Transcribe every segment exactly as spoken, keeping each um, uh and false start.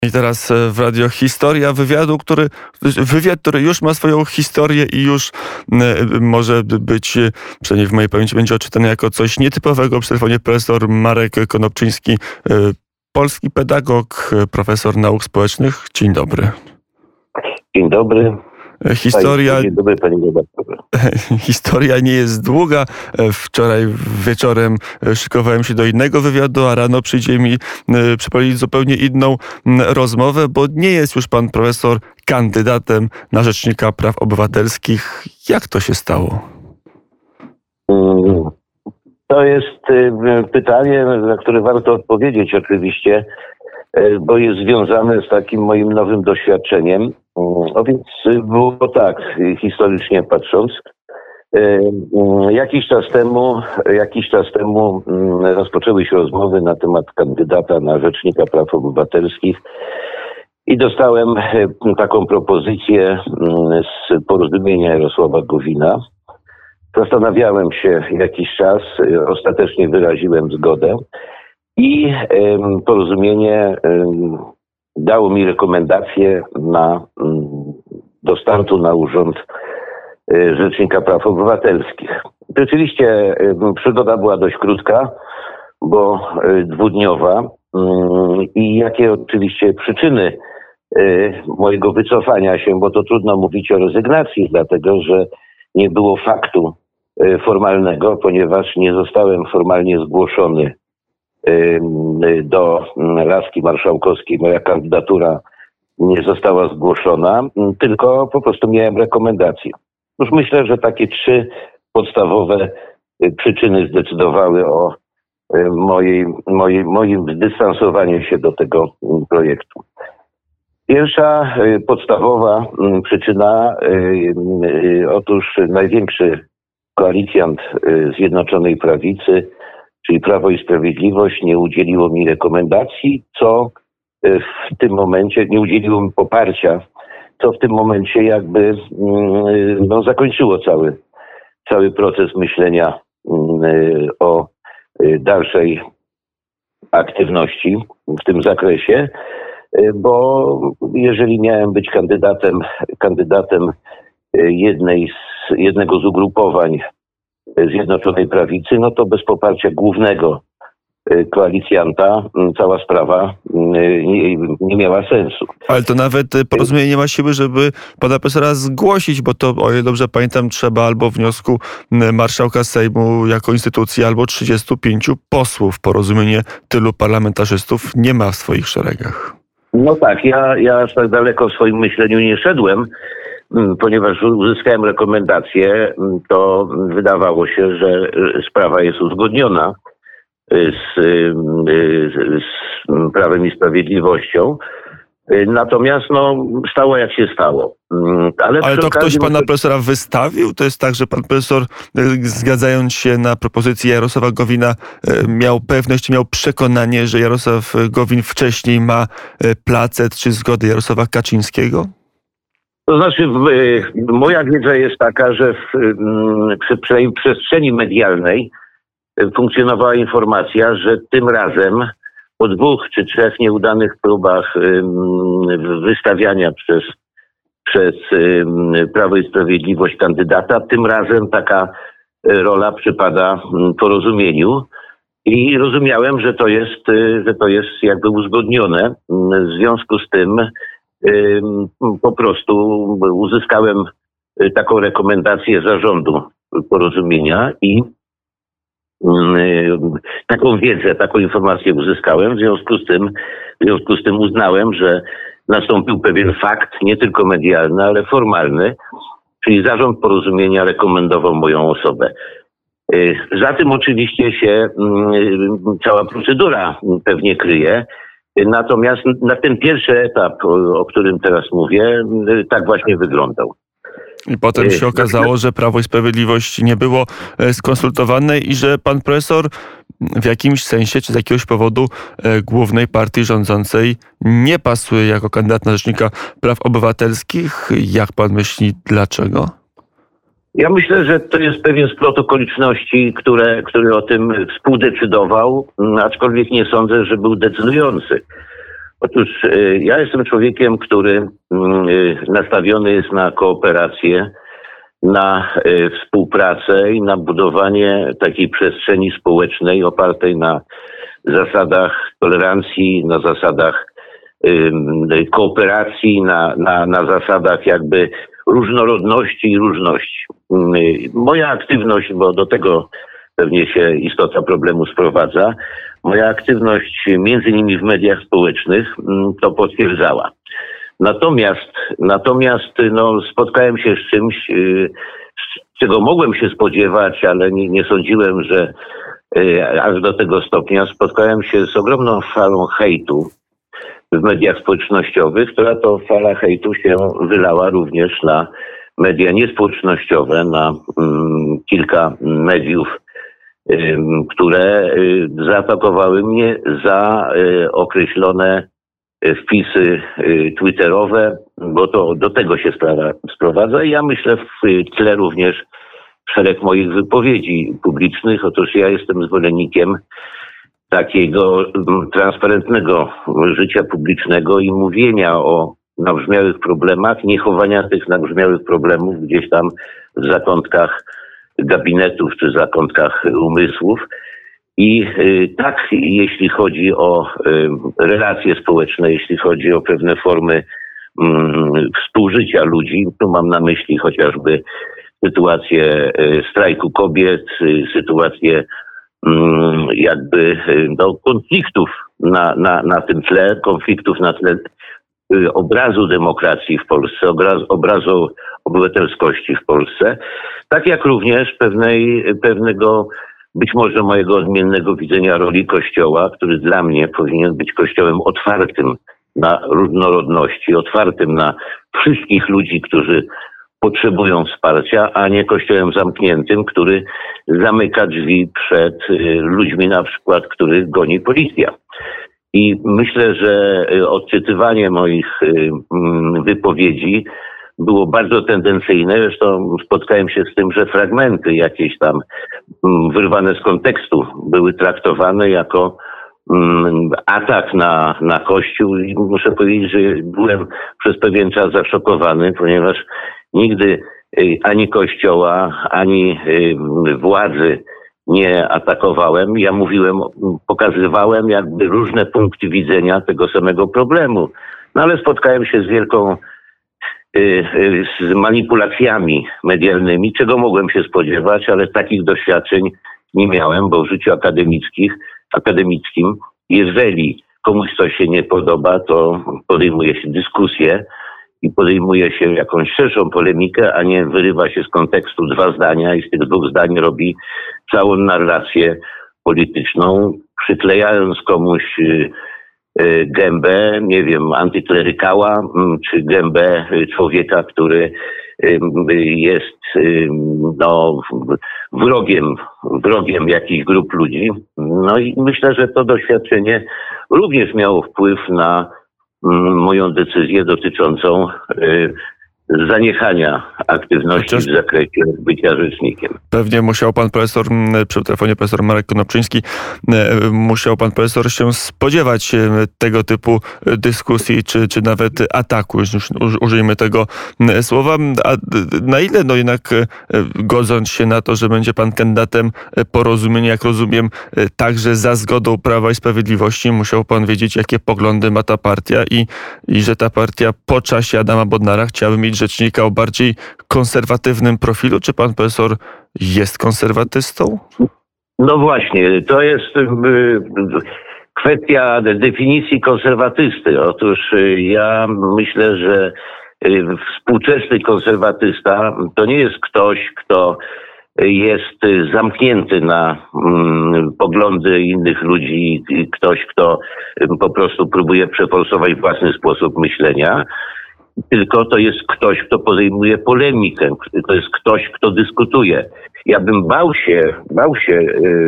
I teraz w Radio Historia wywiadu, który, wywiad, który już ma swoją historię i już może być, przynajmniej w mojej pamięci, będzie odczytany jako coś nietypowego. Przy telefonie profesor Marek Konopczyński, polski pedagog, profesor nauk społecznych. Dzień dobry. Dzień dobry. Historia, Dzień dobry, panie redaktorze. Historia nie jest długa. Wczoraj wieczorem szykowałem się do innego wywiadu, a rano przyjdzie mi przeprowadzić zupełnie inną rozmowę, bo nie jest już pan profesor kandydatem na Rzecznika Praw Obywatelskich. Jak to się stało? To jest pytanie, na które warto odpowiedzieć oczywiście, bo jest związane z takim moim nowym doświadczeniem. O więc było tak, historycznie patrząc. Jakiś czas temu, jakiś czas temu rozpoczęły się rozmowy na temat kandydata na Rzecznika Praw Obywatelskich i dostałem taką propozycję z Porozumienia Jarosława Gowina. Zastanawiałem się jakiś czas, ostatecznie wyraziłem zgodę i Porozumienie dało mi rekomendację na, do startu na urząd Rzecznika Praw Obywatelskich. Rzeczywiście przygoda była dość krótka, bo dwudniowa i jakie oczywiście przyczyny mojego wycofania się, bo to trudno mówić o rezygnacji, dlatego że nie było faktu formalnego, ponieważ nie zostałem formalnie zgłoszony do laski marszałkowskiej. Moja kandydatura nie została zgłoszona, tylko po prostu miałem rekomendację. Już myślę, że takie trzy podstawowe przyczyny zdecydowały o mojej, mojej, moim zdystansowaniu się do tego projektu. Pierwsza podstawowa przyczyna, otóż największy koalicjant Zjednoczonej Prawicy, czyli Prawo i Sprawiedliwość, nie udzieliło mi rekomendacji, co w tym momencie, nie udzieliło mi poparcia, co w tym momencie jakby no, zakończyło cały, cały proces myślenia o dalszej aktywności w tym zakresie, bo jeżeli miałem być kandydatem, kandydatem jednej z, jednego z ugrupowań Zjednoczonej Prawicy, no to bez poparcia głównego koalicjanta cała sprawa nie, nie miała sensu. Ale to nawet Porozumienie nie ma siły, żeby pana profesora zgłosić, bo to, o ile dobrze pamiętam, trzeba albo wniosku marszałka Sejmu jako instytucji, albo trzydziestu pięciu posłów. Porozumienie tylu parlamentarzystów nie ma w swoich szeregach. No tak, ja, ja aż tak daleko w swoim myśleniu nie szedłem, ponieważ uzyskałem rekomendację, to wydawało się, że sprawa jest uzgodniona z, z Prawem i Sprawiedliwością. Natomiast no, stało jak się stało. Ale, Ale to ktoś pana profesora wystawił? To jest tak, że pan profesor, zgadzając się na propozycję Jarosława Gowina, miał pewność, miał przekonanie, że Jarosław Gowin wcześniej ma placet czy zgodę Jarosława Kaczyńskiego? To znaczy, moja wiedza jest taka, że w, w przestrzeni medialnej funkcjonowała informacja, że tym razem po dwóch czy trzech nieudanych próbach wystawiania przez, przez Prawo i Sprawiedliwość kandydata, tym razem taka rola przypada Porozumieniu i rozumiałem, że to jest, że to jest jakby uzgodnione. W związku z tym po prostu uzyskałem taką rekomendację zarządu Porozumienia i taką wiedzę, taką informację uzyskałem. W związku z tym, w związku z tym uznałem, że nastąpił pewien fakt, nie tylko medialny, ale formalny, czyli zarząd Porozumienia rekomendował moją osobę. Za tym oczywiście się cała procedura pewnie kryje. Natomiast na ten pierwszy etap, o którym teraz mówię, tak właśnie wyglądał. I potem się okazało, że Prawo i Sprawiedliwość nie było skonsultowane i że pan profesor w jakimś sensie, czy z jakiegoś powodu głównej partii rządzącej nie pasuje jako kandydat na Rzecznika Praw Obywatelskich. Jak pan myśli, dlaczego? Ja myślę, że to jest pewien splot okoliczności, które, który o tym współdecydował, aczkolwiek nie sądzę, że był decydujący. Otóż y, ja jestem człowiekiem, który y, nastawiony jest na kooperację, na y, współpracę i na budowanie takiej przestrzeni społecznej opartej na zasadach tolerancji, na zasadach y, kooperacji, na, na, na zasadach jakby różnorodności i różności. Y, moja aktywność, bo do tego pewnie się istota problemu sprowadza, moja aktywność między innymi w mediach społecznych y, to potwierdzała. Natomiast, natomiast no, spotkałem się z czymś, yy, czego mogłem się spodziewać, ale nie, nie sądziłem, że yy, aż do tego stopnia. Spotkałem się z ogromną falą hejtu w mediach społecznościowych, która to fala hejtu się wylała również na media niespołecznościowe, na mm, kilka mediów, yy, które yy, zaatakowały mnie za yy, określone wpisy twitterowe, bo to do tego się sprawa sprowadza. I ja myślę w tle również szereg moich wypowiedzi publicznych. Otóż ja jestem zwolennikiem takiego transparentnego życia publicznego i mówienia o nabrzmiałych problemach, nie chowania tych nabrzmiałych problemów gdzieś tam w zakątkach gabinetów czy zakątkach umysłów. I y, tak, jeśli chodzi o y, relacje społeczne, jeśli chodzi o pewne formy y, współżycia ludzi, tu mam na myśli chociażby sytuację y, strajku kobiet, y, sytuację y, jakby y, no, konfliktów na, na, na tym tle, konfliktów na tle y, obrazu demokracji w Polsce, obraz, obrazu obywatelskości w Polsce, tak jak również pewnej, pewnego być może mojego odmiennego widzenia roli Kościoła, który dla mnie powinien być Kościołem otwartym na różnorodności, otwartym na wszystkich ludzi, którzy potrzebują wsparcia, a nie Kościołem zamkniętym, który zamyka drzwi przed ludźmi na przykład, których goni policja. I myślę, że odczytywanie moich wypowiedzi było bardzo tendencyjne. Zresztą spotkałem się z tym, że fragmenty jakieś tam wyrwane z kontekstu były traktowane jako atak na, na Kościół i muszę powiedzieć, że byłem przez pewien czas zaszokowany, ponieważ nigdy ani Kościoła, ani władzy nie atakowałem. Ja mówiłem, pokazywałem jakby różne punkty widzenia tego samego problemu. No ale spotkałem się z wielką z manipulacjami medialnymi, czego mogłem się spodziewać, ale takich doświadczeń nie miałem, bo w życiu akademickich, akademickim, jeżeli komuś coś się nie podoba, to podejmuje się dyskusję i podejmuje się jakąś szerszą polemikę, a nie wyrywa się z kontekstu dwa zdania i z tych dwóch zdań robi całą narrację polityczną, przyklejając komuś gębę, nie wiem, antyklerykała, czy gębę człowieka, który jest no, wrogiem, wrogiem jakichś grup ludzi. No i myślę, że to doświadczenie również miało wpływ na moją decyzję dotyczącą zaniechania aktywności Chociaż... w zakresie bycia rzecznikiem. Pewnie musiał pan profesor, przy telefonie profesor Marek Konopczyński, musiał pan profesor się spodziewać tego typu dyskusji, czy, czy nawet ataku, już użyjmy tego słowa. A na ile no jednak godząc się na to, że będzie pan kandydatem Porozumienia, jak rozumiem, także za zgodą Prawa i Sprawiedliwości, musiał pan wiedzieć, jakie poglądy ma ta partia i, i że ta partia po czasie Adama Bodnara chciałaby mieć rzecznika o bardziej konserwatywnym profilu. Czy pan profesor jest konserwatystą? No właśnie, to jest y, kwestia definicji konserwatysty. Otóż y, ja myślę, że y, współczesny konserwatysta to nie jest ktoś, kto jest zamknięty na mm, poglądy innych ludzi, ktoś, kto y, po prostu próbuje przeforsować własny sposób myślenia. Tylko to jest ktoś, kto podejmuje polemikę, to jest ktoś, kto dyskutuje. Ja bym bał się, bał się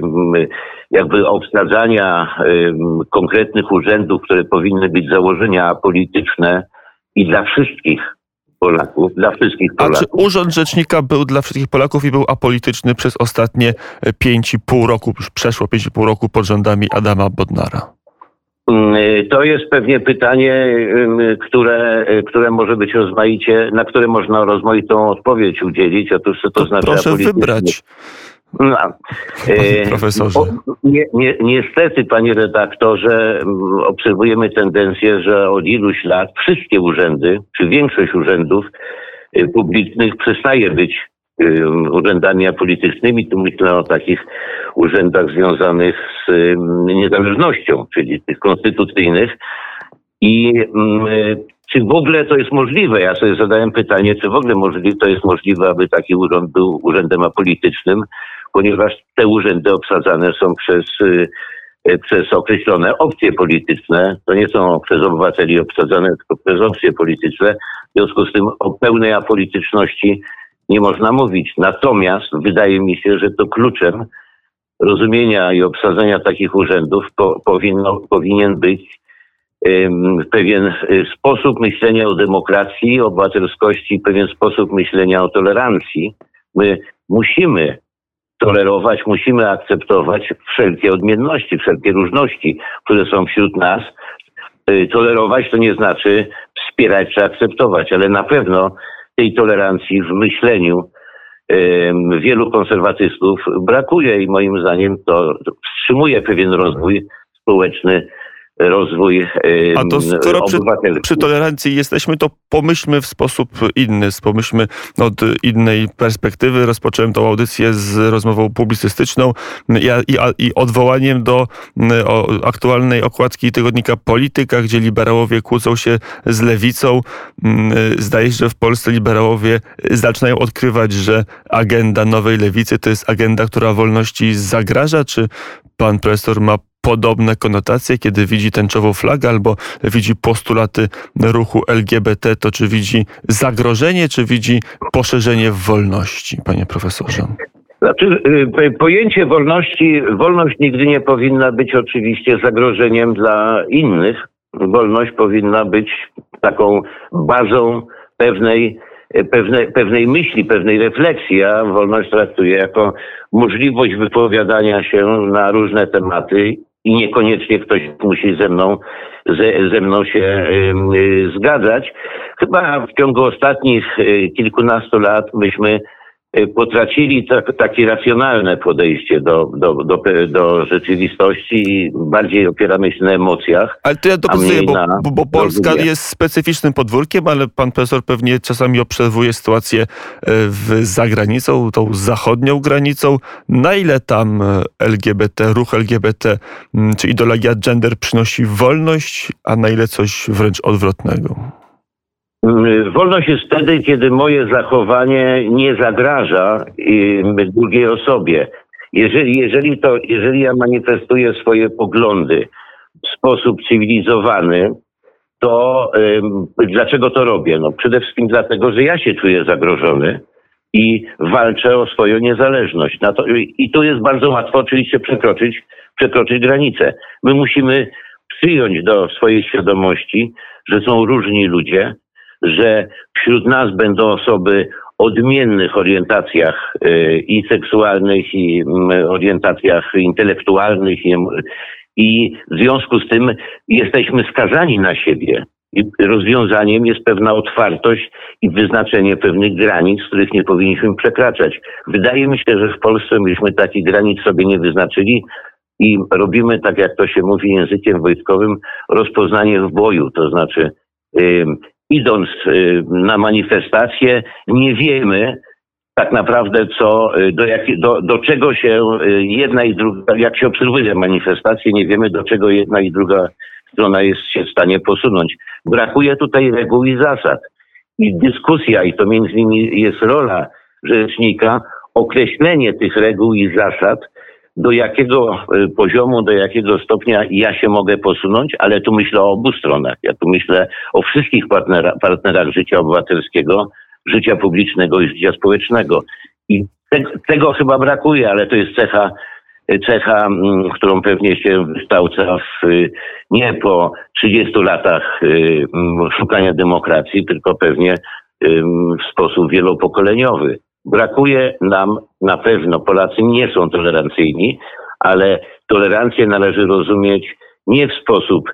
jakby obsadzania konkretnych urzędów, które powinny być założenia polityczne i dla wszystkich Polaków, dla wszystkich Polaków. A czy urząd rzecznika był dla wszystkich Polaków i był apolityczny przez ostatnie pięć i pół roku, już przeszło pięć i pół roku pod rządami Adama Bodnara? To jest pewnie pytanie, które, które może być rozmaicie, na które można rozmaitą odpowiedź udzielić. Otóż co to, to znaczy proszę wybrać. No, Panie profesorze. O, nie, nie, niestety, panie redaktorze, obserwujemy tendencję, że od iluś lat wszystkie urzędy, czy większość urzędów publicznych przestaje być urzędami apolitycznymi. Tu myślę o takich urzędach związanych z niezależnością, czyli tych konstytucyjnych. I czy w ogóle to jest możliwe? Ja sobie zadałem pytanie, czy w ogóle możliwe, to jest możliwe, aby taki urząd był urzędem apolitycznym, ponieważ te urzędy obsadzane są przez, przez określone opcje polityczne. To nie są przez obywateli obsadzane, tylko przez opcje polityczne. W związku z tym o pełnej apolityczności nie można mówić. Natomiast wydaje mi się, że to kluczem rozumienia i obsadzenia takich urzędów po, powinno, powinien być um, pewien sposób myślenia o demokracji, o obywatelskości, pewien sposób myślenia o tolerancji. My musimy tolerować, musimy akceptować wszelkie odmienności, wszelkie różności, które są wśród nas. Tolerować to nie znaczy wspierać czy akceptować, ale na pewno tej tolerancji w myśleniu um, wielu konserwatystów brakuje i moim zdaniem to, to wstrzymuje pewien rozwój społeczny, rozwój um, A to skoro przy, obywatelski. przy tolerancji jesteśmy, to pomyślmy w sposób inny, pomyślmy od innej perspektywy. Rozpocząłem tą audycję z rozmową publicystyczną i, i, i odwołaniem do o, aktualnej okładki tygodnika Polityka, gdzie liberałowie kłócą się z lewicą. Zdaje się, że w Polsce liberałowie zaczynają odkrywać, że agenda nowej lewicy to jest agenda, która wolności zagraża. Czy pan profesor ma podobne konotacje, kiedy widzi tęczową flagę albo widzi postulaty ruchu L G B T, to czy widzi zagrożenie, czy widzi poszerzenie wolności, panie profesorze? Znaczy, pojęcie wolności, wolność nigdy nie powinna być oczywiście zagrożeniem dla innych. Wolność powinna być taką bazą pewnej, pewnej, pewnej myśli, pewnej refleksji. Ja wolność traktuję jako możliwość wypowiadania się na różne tematy i niekoniecznie ktoś musi ze mną, ze, ze mną się y, zgadzać. Chyba w ciągu ostatnich y, kilkunastu lat myśmy y, potracili tak, takie racjonalne podejście do, do, do, do rzeczywistości i bardziej opieramy się na emocjach. Ale to ja dopozuję, bo, bo, bo Polska rozumie. jest specyficznym podwórkiem, ale pan profesor pewnie czasami obserwuje sytuację w, za granicą, tą zachodnią granicą. Na ile tam L G B T, ruch L G B T czy ideologia gender przynosi wolność, a na ile coś wręcz odwrotnego? Wolność jest wtedy, kiedy moje zachowanie nie zagraża drugiej osobie. Jeżeli, jeżeli, to, jeżeli ja manifestuję swoje poglądy w sposób cywilizowany, to ym, dlaczego to robię? No przede wszystkim dlatego, że ja się czuję zagrożony i walczę o swoją niezależność. Na to, I tu jest bardzo łatwo oczywiście przekroczyć, przekroczyć granicę. My musimy przyjąć do swojej świadomości, że są różni ludzie, że wśród nas będą osoby o odmiennych orientacjach y, i seksualnych, i y, orientacjach intelektualnych i, i w związku z tym jesteśmy skazani na siebie. I rozwiązaniem jest pewna otwartość i wyznaczenie pewnych granic, których nie powinniśmy przekraczać. Wydaje mi się, że w Polsce myśmy takich granic sobie nie wyznaczyli i robimy, tak jak to się mówi językiem wojskowym, rozpoznanie w boju. To znaczy y, idąc y, na manifestację nie wiemy tak naprawdę co, do, jak, do, do czego się jedna i druga, jak się obserwuje manifestację, nie wiemy do czego jedna i druga strona jest się w stanie posunąć. Brakuje tutaj reguł i zasad. I dyskusja, i to między innymi jest rola rzecznika, określenie tych reguł i zasad, do jakiego poziomu, do jakiego stopnia ja się mogę posunąć, ale tu myślę o obu stronach. Ja tu myślę o wszystkich partnera, partnerach życia obywatelskiego, życia publicznego i życia społecznego. I te, tego chyba brakuje, ale to jest cecha, cecha, którą pewnie się wykształca w, nie po trzydziestu latach szukania demokracji, tylko pewnie w sposób wielopokoleniowy. Brakuje nam na pewno, Polacy nie są tolerancyjni, ale tolerancję należy rozumieć nie w sposób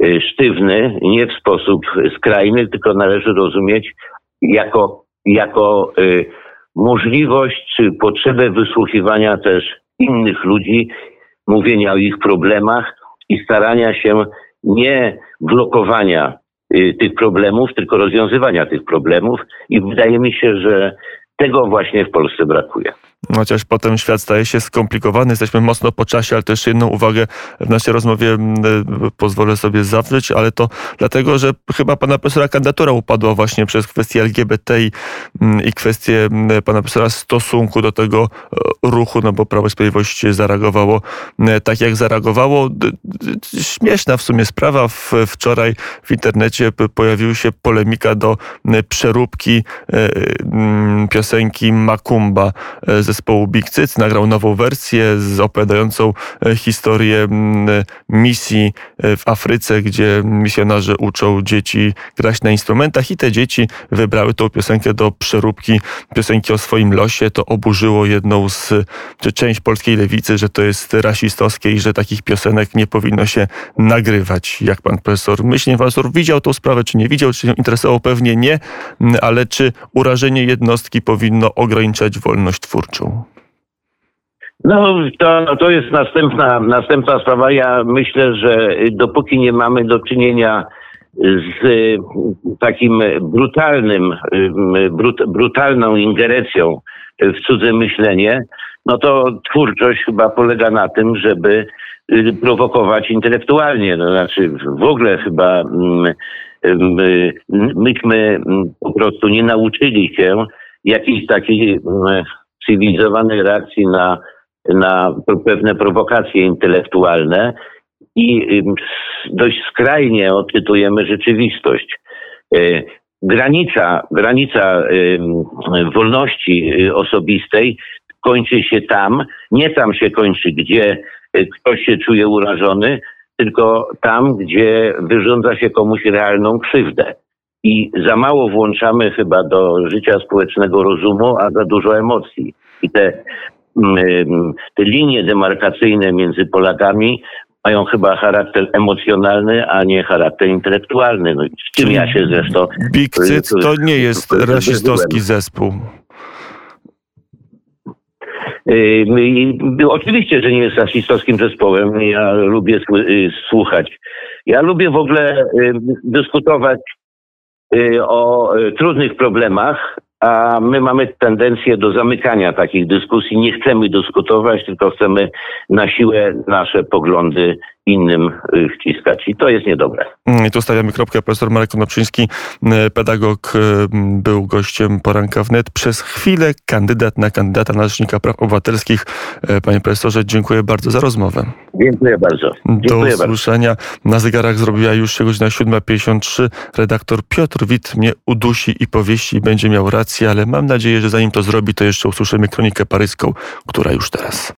sztywny, nie w sposób skrajny, tylko należy rozumieć jako, jako możliwość czy potrzebę wysłuchiwania też innych ludzi, mówienia o ich problemach i starania się nie blokowania tych problemów, tylko rozwiązywania tych problemów. I wydaje mi się, że tego właśnie w Polsce brakuje. Chociaż potem świat staje się skomplikowany, jesteśmy mocno po czasie, ale też jedną uwagę w naszej rozmowie pozwolę sobie zawrzeć, ale to dlatego, że chyba pana profesora kandydatura upadła właśnie przez kwestię L G B T i, i kwestię pana profesora stosunku do tego ruchu, no bo Prawo i Sprawiedliwość zareagowało tak, jak zareagowało. Śmieszna w sumie sprawa. Wczoraj w internecie pojawiła się polemika do przeróbki piosenki Makumba ze zespołu Big Cyc. Nagrał nową wersję z opowiadającą historię misji w Afryce, gdzie misjonarze uczą dzieci grać na instrumentach i te dzieci wybrały tą piosenkę do przeróbki piosenki o swoim losie. To oburzyło jedną z, czy część polskiej lewicy, że to jest rasistowskie i że takich piosenek nie powinno się nagrywać. Jak pan profesor myśli, pan profesor widział tą sprawę, czy nie widział, czy się interesował? Pewnie nie, ale czy urażenie jednostki powinno ograniczać wolność twórczą? No, to, to jest następna, następna sprawa. Ja myślę, że dopóki nie mamy do czynienia z takim brutalnym, brut, brutalną ingerencją w cudze myślenie, no to twórczość chyba polega na tym, żeby prowokować intelektualnie. No, znaczy w ogóle chyba myśmy po prostu nie nauczyli się jakiejś takiej cywilizowanej reakcji na, na pewne prowokacje intelektualne i dość skrajnie odczytujemy rzeczywistość. Granica, granica wolności osobistej kończy się tam, nie tam się kończy, gdzie ktoś się czuje urażony, tylko tam, gdzie wyrządza się komuś realną krzywdę. I za mało włączamy chyba do życia społecznego rozumu, a za dużo emocji. I te, te linie demarkacyjne między Polakami mają chyba charakter emocjonalny, a nie charakter intelektualny. No, z czym ja się zresztą... Big Cyc to nie jest rasistowski zespół. Oczywiście, że nie jest rasistowskim zespołem. Ja lubię słuchać. Ja lubię w ogóle dyskutować o trudnych problemach, a my mamy tendencję do zamykania takich dyskusji. Nie chcemy dyskutować, tylko chcemy na siłę nasze poglądy innym wciskać. I to jest niedobre. I tu stawiamy kropkę. Profesor Marek Konopczyński, pedagog, był gościem Poranka Wnet. Przez chwilę kandydat na kandydata na Rzecznika Praw Obywatelskich. Panie profesorze, dziękuję bardzo za rozmowę. Dziękuję bardzo. Dziękuję Do usłyszenia. Bardzo. Na zegarach zrobiła już się godzina siódma pięćdziesiąt trzy. Redaktor Piotr Wit mnie udusi i powieści i będzie miał rację, ale mam nadzieję, że zanim to zrobi, to jeszcze usłyszymy kronikę paryską, która już teraz.